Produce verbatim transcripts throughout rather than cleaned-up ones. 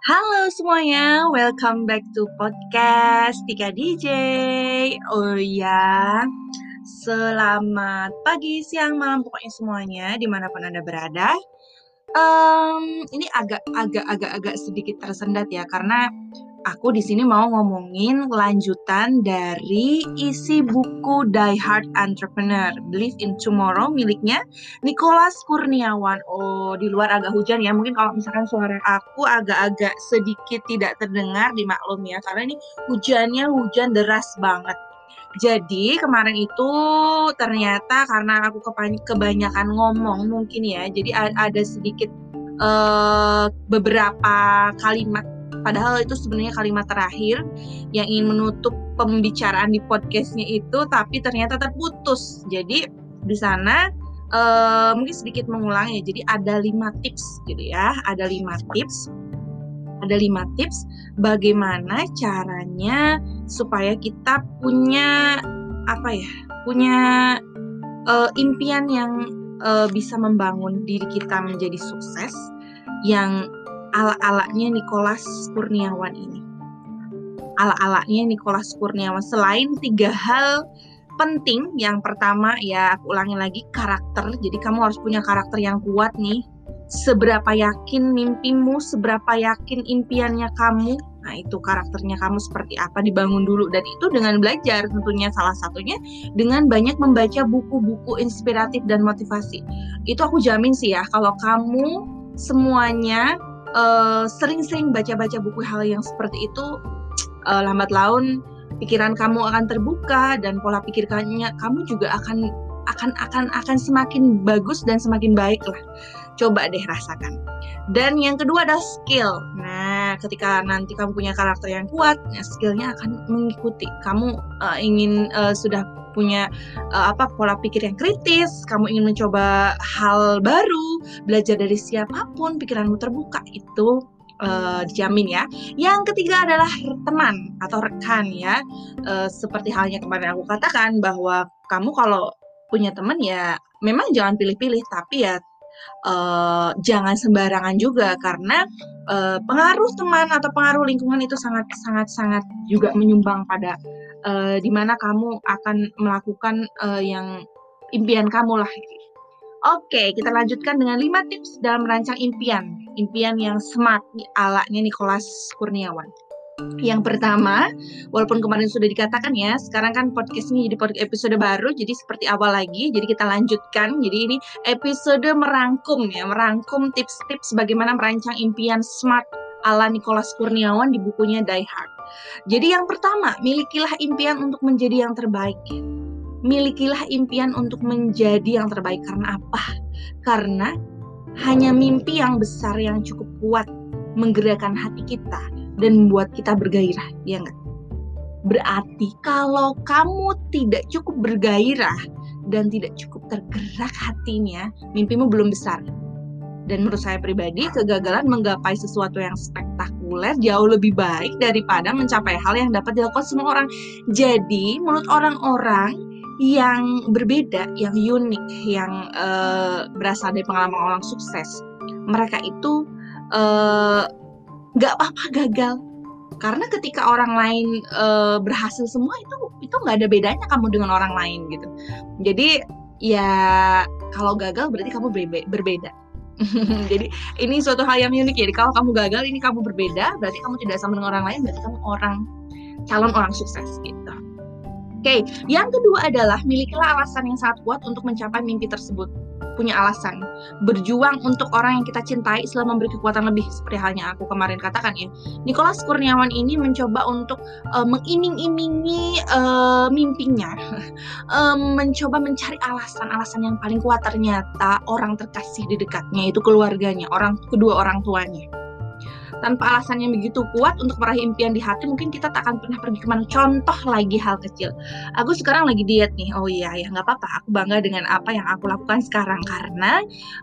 Halo semuanya, welcome back to podcast Tika D J. Oh ya, selamat pagi, siang, malam, pokoknya semuanya dimanapun Anda berada. Um, ini agak agak agak agak sedikit tersendat ya, karena aku di sini mau ngomongin lanjutan dari isi buku Die Hard Entrepreneur, Believe in Tomorrow miliknya Nicholas Kurniawan. Oh, di luar agak hujan ya. Mungkin kalau misalkan suara aku agak-agak sedikit tidak terdengar, dimaklum ya. Karena ini hujannya hujan deras banget. Jadi kemarin itu ternyata karena aku kebanyakan ngomong mungkin ya. Jadi ada sedikit uh, beberapa kalimat, padahal itu sebenarnya kalimat terakhir yang ingin menutup pembicaraan di podcastnya itu, tapi ternyata terputus. Jadi di sana uh, mungkin sedikit mengulang ya. Jadi ada lima tips gitu ya. Ada lima tips. Ada lima tips bagaimana caranya supaya kita punya apa ya? Punya uh, impian yang uh, bisa membangun diri kita menjadi sukses yang ala-alanya Nicholas Kurniawan ini. Ala-alanya Nicholas Kurniawan selain tiga hal penting. Yang pertama ya, aku ulangi lagi, karakter. Jadi kamu harus punya karakter yang kuat nih. Seberapa yakin mimpimu, seberapa yakin impiannya kamu, nah itu karakternya kamu seperti apa, dibangun dulu. Dan itu dengan belajar tentunya, salah satunya dengan banyak membaca buku-buku inspiratif dan motivasi. Itu aku jamin sih ya, kalau kamu semuanya uh, sering-sering baca-baca buku hal yang seperti itu, uh, lambat laun pikiran kamu akan terbuka dan pola pikirnya kamu juga akan akan akan akan semakin bagus dan semakin baik lah. Coba deh rasakan. Dan yang kedua adalah skill. Nah, ketika nanti kamu punya karakter yang kuat, nah skillnya akan mengikuti. Kamu uh, ingin uh, sudah punya uh, apa pola pikir yang kritis, kamu ingin mencoba hal baru, belajar dari siapapun, pikiranmu terbuka, itu uh, dijamin ya. Yang ketiga adalah teman atau rekan ya. Uh, seperti halnya kemarin aku katakan bahwa kamu kalau punya teman ya memang jangan pilih-pilih, tapi ya Uh, jangan sembarangan juga, karena uh, pengaruh teman atau pengaruh lingkungan itu sangat sangat sangat juga menyumbang pada uh, di mana kamu akan melakukan uh, yang impian kamu lah. Oke, kita lanjutkan dengan lima tips dalam merancang impian, impian yang smart alanya Nicholas Kurniawan. Yang pertama, walaupun kemarin sudah dikatakan ya, sekarang kan podcast ini jadi podcast episode baru, jadi seperti awal lagi, jadi kita lanjutkan. Jadi ini episode merangkum ya, merangkum tips-tips bagaimana merancang impian smart ala Nicholas Kurniawan di bukunya Die Hard. Jadi yang pertama, milikilah impian untuk menjadi yang terbaik. Milikilah impian untuk menjadi yang terbaik. Karena apa? Karena hanya mimpi yang besar yang cukup kuat menggerakkan hati kita dan membuat kita bergairah, ya enggak? Berarti kalau kamu tidak cukup bergairah dan tidak cukup tergerak hatinya, mimpimu belum besar. Dan menurut saya pribadi, kegagalan menggapai sesuatu yang spektakuler jauh lebih baik daripada mencapai hal yang dapat dilakukan semua orang. Jadi, menurut orang-orang yang berbeda, yang unik, yang uh, berasal dari pengalaman orang sukses, mereka itu uh, gak apa-apa gagal, karena ketika orang lain e, berhasil semua, itu itu nggak ada bedanya kamu dengan orang lain gitu. Jadi ya kalau gagal berarti kamu berbe- berbeda. Jadi ini suatu hal yang unik. Jadi kalau kamu gagal, ini kamu berbeda, berarti kamu tidak sama dengan orang lain, berarti kamu orang calon orang sukses gitu. Oke, yang kedua adalah milikilah alasan yang sangat kuat untuk mencapai mimpi tersebut. Punya alasan, berjuang untuk orang yang kita cintai selalu memberi kekuatan lebih, seperti halnya aku kemarin katakan ya. Nicholas Kurniawan ini mencoba untuk uh, mengiming-imingi uh, mimpinya, uh, mencoba mencari alasan-alasan yang paling kuat. Ternyata orang terkasih di dekatnya itu keluarganya, orang kedua orang tuanya. Tanpa alasan yang begitu kuat untuk meraih impian di hati, mungkin kita tak akan pernah pergi kemana. Contoh lagi hal kecil. Aku sekarang lagi diet nih. Oh iya, ya nggak apa-apa. Aku bangga dengan apa yang aku lakukan sekarang. Karena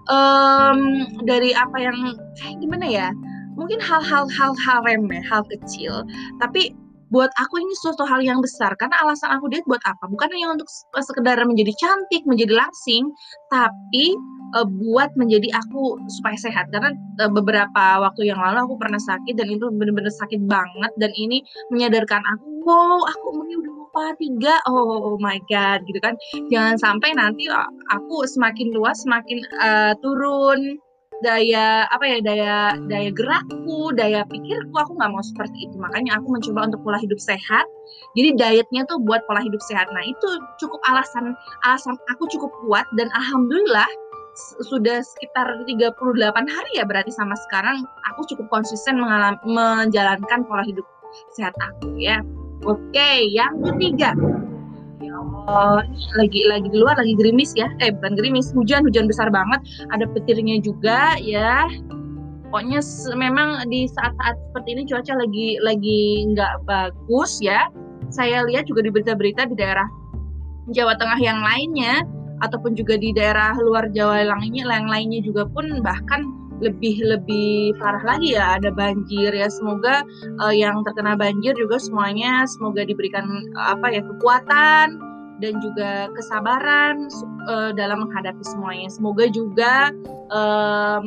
um, dari apa yang, gimana ya, mungkin hal-hal hal-hal remeh, hal kecil. Tapi buat aku ini suatu hal yang besar. Karena alasan aku diet buat apa? Bukan hanya untuk sekedar menjadi cantik, menjadi langsing. Tapi uh, buat menjadi aku supaya sehat. Karena uh, beberapa waktu yang lalu aku pernah sakit dan itu bener-bener sakit banget dan ini menyadarkan aku, wow, aku umurnya udah lupa tiga, oh, oh my god, gitu kan. Jangan sampai nanti uh, aku semakin luas semakin uh, turun daya apa ya daya daya gerakku, daya pikirku, aku nggak mau seperti itu. Makanya aku mencoba untuk pola hidup sehat. Jadi dietnya tuh buat pola hidup sehat. Nah itu cukup alasan alasan aku cukup kuat dan alhamdulillah sudah sekitar tiga puluh delapan hari ya berarti sama sekarang aku cukup konsisten mengalam, menjalankan pola hidup sehat aku ya. Oke, yang ketiga. Ya Allah, ini lagi lagi di luar lagi gerimis ya. Eh bukan gerimis, hujan hujan besar banget. Ada petirnya juga ya. Pokoknya memang di saat-saat seperti ini cuaca lagi lagi nggak bagus ya. Saya lihat juga di berita-berita di daerah Jawa Tengah yang lainnya ataupun juga di daerah luar Jawa yang lainnya, yang lainnya juga pun bahkan lebih lebih parah lagi ya, ada banjir ya. Semoga uh, yang terkena banjir juga semuanya semoga diberikan uh, apa ya kekuatan dan juga kesabaran uh, dalam menghadapi semuanya. Semoga juga um,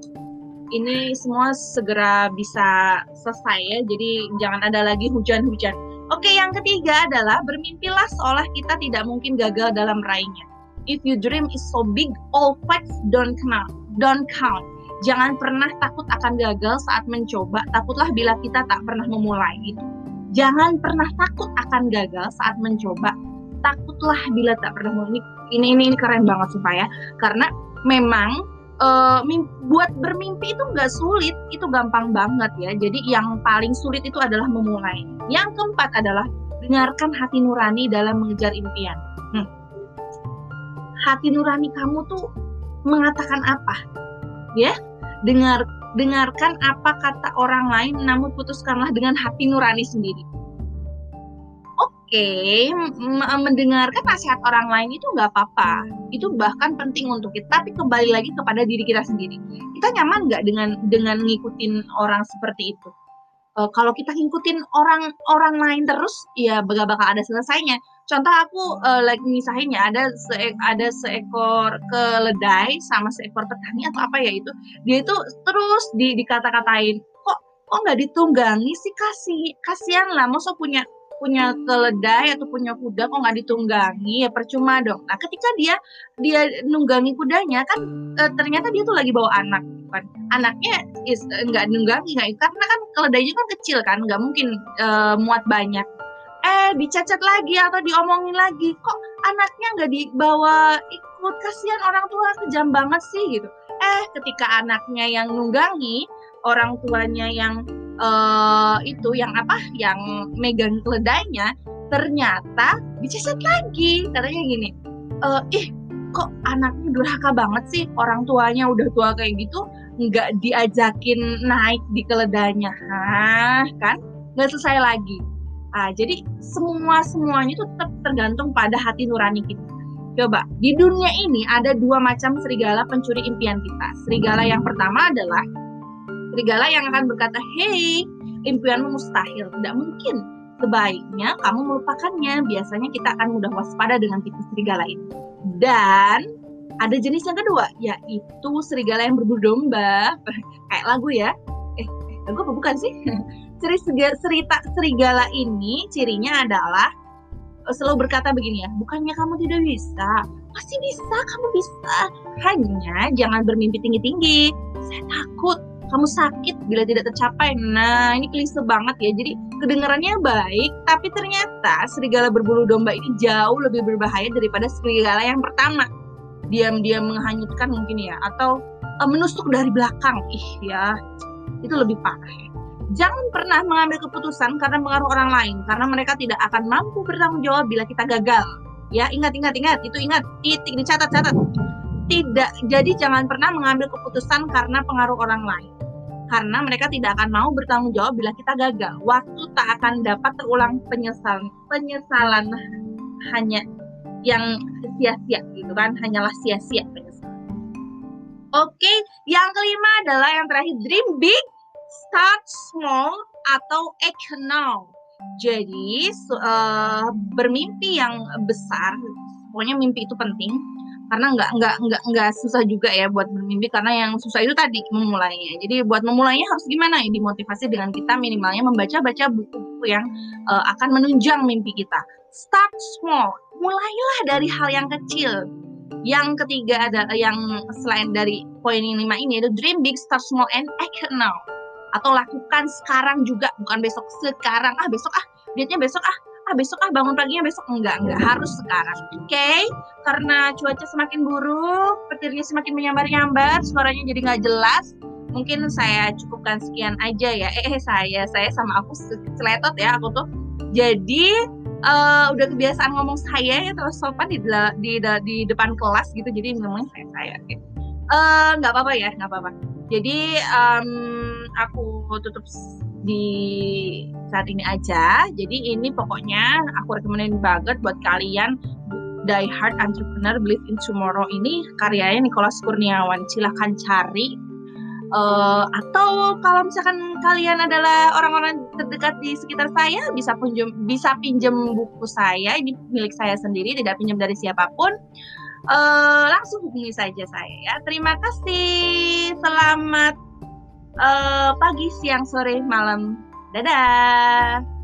ini semua segera bisa selesai ya. Jadi jangan ada lagi hujan-hujan. Oke, yang ketiga adalah bermimpilah seolah kita tidak mungkin gagal dalam meraihnya. If your dream is so big, all facts don't count. Don't count. Jangan pernah takut akan gagal saat mencoba. Takutlah bila kita tak pernah memulai gitu. Jangan pernah takut akan gagal saat mencoba. Takutlah bila tak pernah memulai. Ini ini ini keren banget supaya karena memang uh, buat bermimpi itu nggak sulit, itu gampang banget ya. Jadi yang paling sulit itu adalah memulai. Yang keempat adalah dengarkan hati nurani dalam mengejar impian. Hmm. Hati nurani kamu tuh mengatakan apa? Ya, dengar dengarkan apa kata orang lain, namun putuskanlah dengan hati nurani sendiri. Oke, mendengarkan nasihat orang lain itu nggak apa-apa. Itu bahkan penting untuk kita. Tapi kembali lagi kepada diri kita sendiri. Kita nyaman nggak dengan dengan ngikutin orang seperti itu? Uh, kalau kita ngikutin orang orang lain terus, ya gak bakal ada selesainya. Contoh aku uh, lagi misahin ya, ada se ada seekor keledai sama seekor petani atau apa ya itu, dia itu terus di dikata-katain, kok kok nggak ditunggangi sih, kasih kasihan lah, masa punya punya keledai atau punya kuda kok nggak ditunggangi, ya percuma dong. Nah ketika dia dia nunggangi kudanya kan e, ternyata dia tuh lagi bawa anak kan, anaknya is nggak nunggangi nggak, karena kan keledainya kan kecil kan, nggak mungkin e, muat banyak. Eh dicacat lagi atau diomongin lagi, kok anaknya nggak dibawa ikut, kasihan orang tua, kejam banget sih gitu. Eh ketika anaknya yang nunggangi, orang tuanya yang uh, itu yang apa yang megang keledainya, ternyata dicacat lagi, katanya gini, e, ih kok anaknya durhaka banget sih, orang tuanya udah tua kayak gitu nggak diajakin naik di keledainya. Hah, kan nggak selesai lagi. Ah, jadi semua semuanya itu tetap tergantung pada hati nurani kita. Coba, di dunia ini ada dua macam serigala pencuri impian kita. Serigala yang pertama adalah serigala yang akan berkata, hei, impianmu mustahil, tidak mungkin. Sebaiknya kamu melupakannya. Biasanya kita akan mudah waspada dengan tipe serigala ini. Dan ada jenis yang kedua, yaitu serigala yang berbulu domba. Kayak lagu ya. Eh, lagu apa bukan sih? Ciri serita serigala ini cirinya adalah selalu berkata begini ya, bukannya kamu tidak bisa, pasti bisa, kamu bisa. Hanya jangan bermimpi tinggi-tinggi. Saya takut kamu sakit bila tidak tercapai. Nah, ini klise banget ya. Jadi kedengarannya baik, tapi ternyata serigala berbulu domba ini jauh lebih berbahaya daripada serigala yang pertama. Diam-diam menghanyutkan mungkin ya, atau uh, menusuk dari belakang. Ih ya, itu lebih parah ya. Jangan pernah mengambil keputusan karena pengaruh orang lain, karena mereka tidak akan mampu bertanggung jawab bila kita gagal. Ya, ingat, ingat, ingat, itu ingat, titik, dicatat-catat. Tidak, jadi jangan pernah mengambil keputusan karena pengaruh orang lain, karena mereka tidak akan mau bertanggung jawab bila kita gagal. Waktu tak akan dapat terulang penyesalan, penyesalan hanya yang sia-sia gitu kan, hanyalah sia-sia penyesalan. Oke, yang kelima adalah yang terakhir, dream big, start small, atau act now. Jadi uh, bermimpi yang besar, pokoknya mimpi itu penting. karena nggak nggak nggak nggak susah juga ya buat bermimpi, karena yang susah itu tadi memulainya. Jadi buat memulainya harus gimana ya? Dimotivasi dengan kita minimalnya membaca-baca buku-buku yang uh, akan menunjang mimpi kita. Start small, mulailah dari hal yang kecil. Yang ketiga ada yang selain dari poin yang lima ini, itu dream big, start small, and act now. Atau lakukan sekarang juga, bukan besok. Sekarang ah besok ah dietnya besok ah ah besok ah bangun paginya besok, enggak enggak harus sekarang. Oke, okay? Karena cuaca semakin buruk, petirnya semakin menyambar-nyambar, suaranya jadi nggak jelas. Mungkin saya cukupkan sekian aja ya. Eh, eh saya saya sama aku seletot ya aku tuh. Jadi uh, udah kebiasaan ngomong saya ya terus sopan di di di depan kelas gitu. Jadi ngomongnya saya saya. Gitu. Uh, nggak apa-apa ya, nggak apa-apa. Jadi um, aku tutup di saat ini aja. Jadi ini pokoknya aku rekomenin banget buat kalian, Die Hard Entrepreneur Believe in Tomorrow ini karyanya Nicholas Kurniawan. Silahkan cari. Uh, atau kalau misalkan kalian adalah orang-orang terdekat di sekitar saya, bisa pinjam bisa pinjam buku saya. Ini milik saya sendiri, tidak pinjam dari siapapun. Uh, langsung hubungi saja saya ya. Terima kasih. Selamat uh, pagi, siang, sore, malam. Dadah.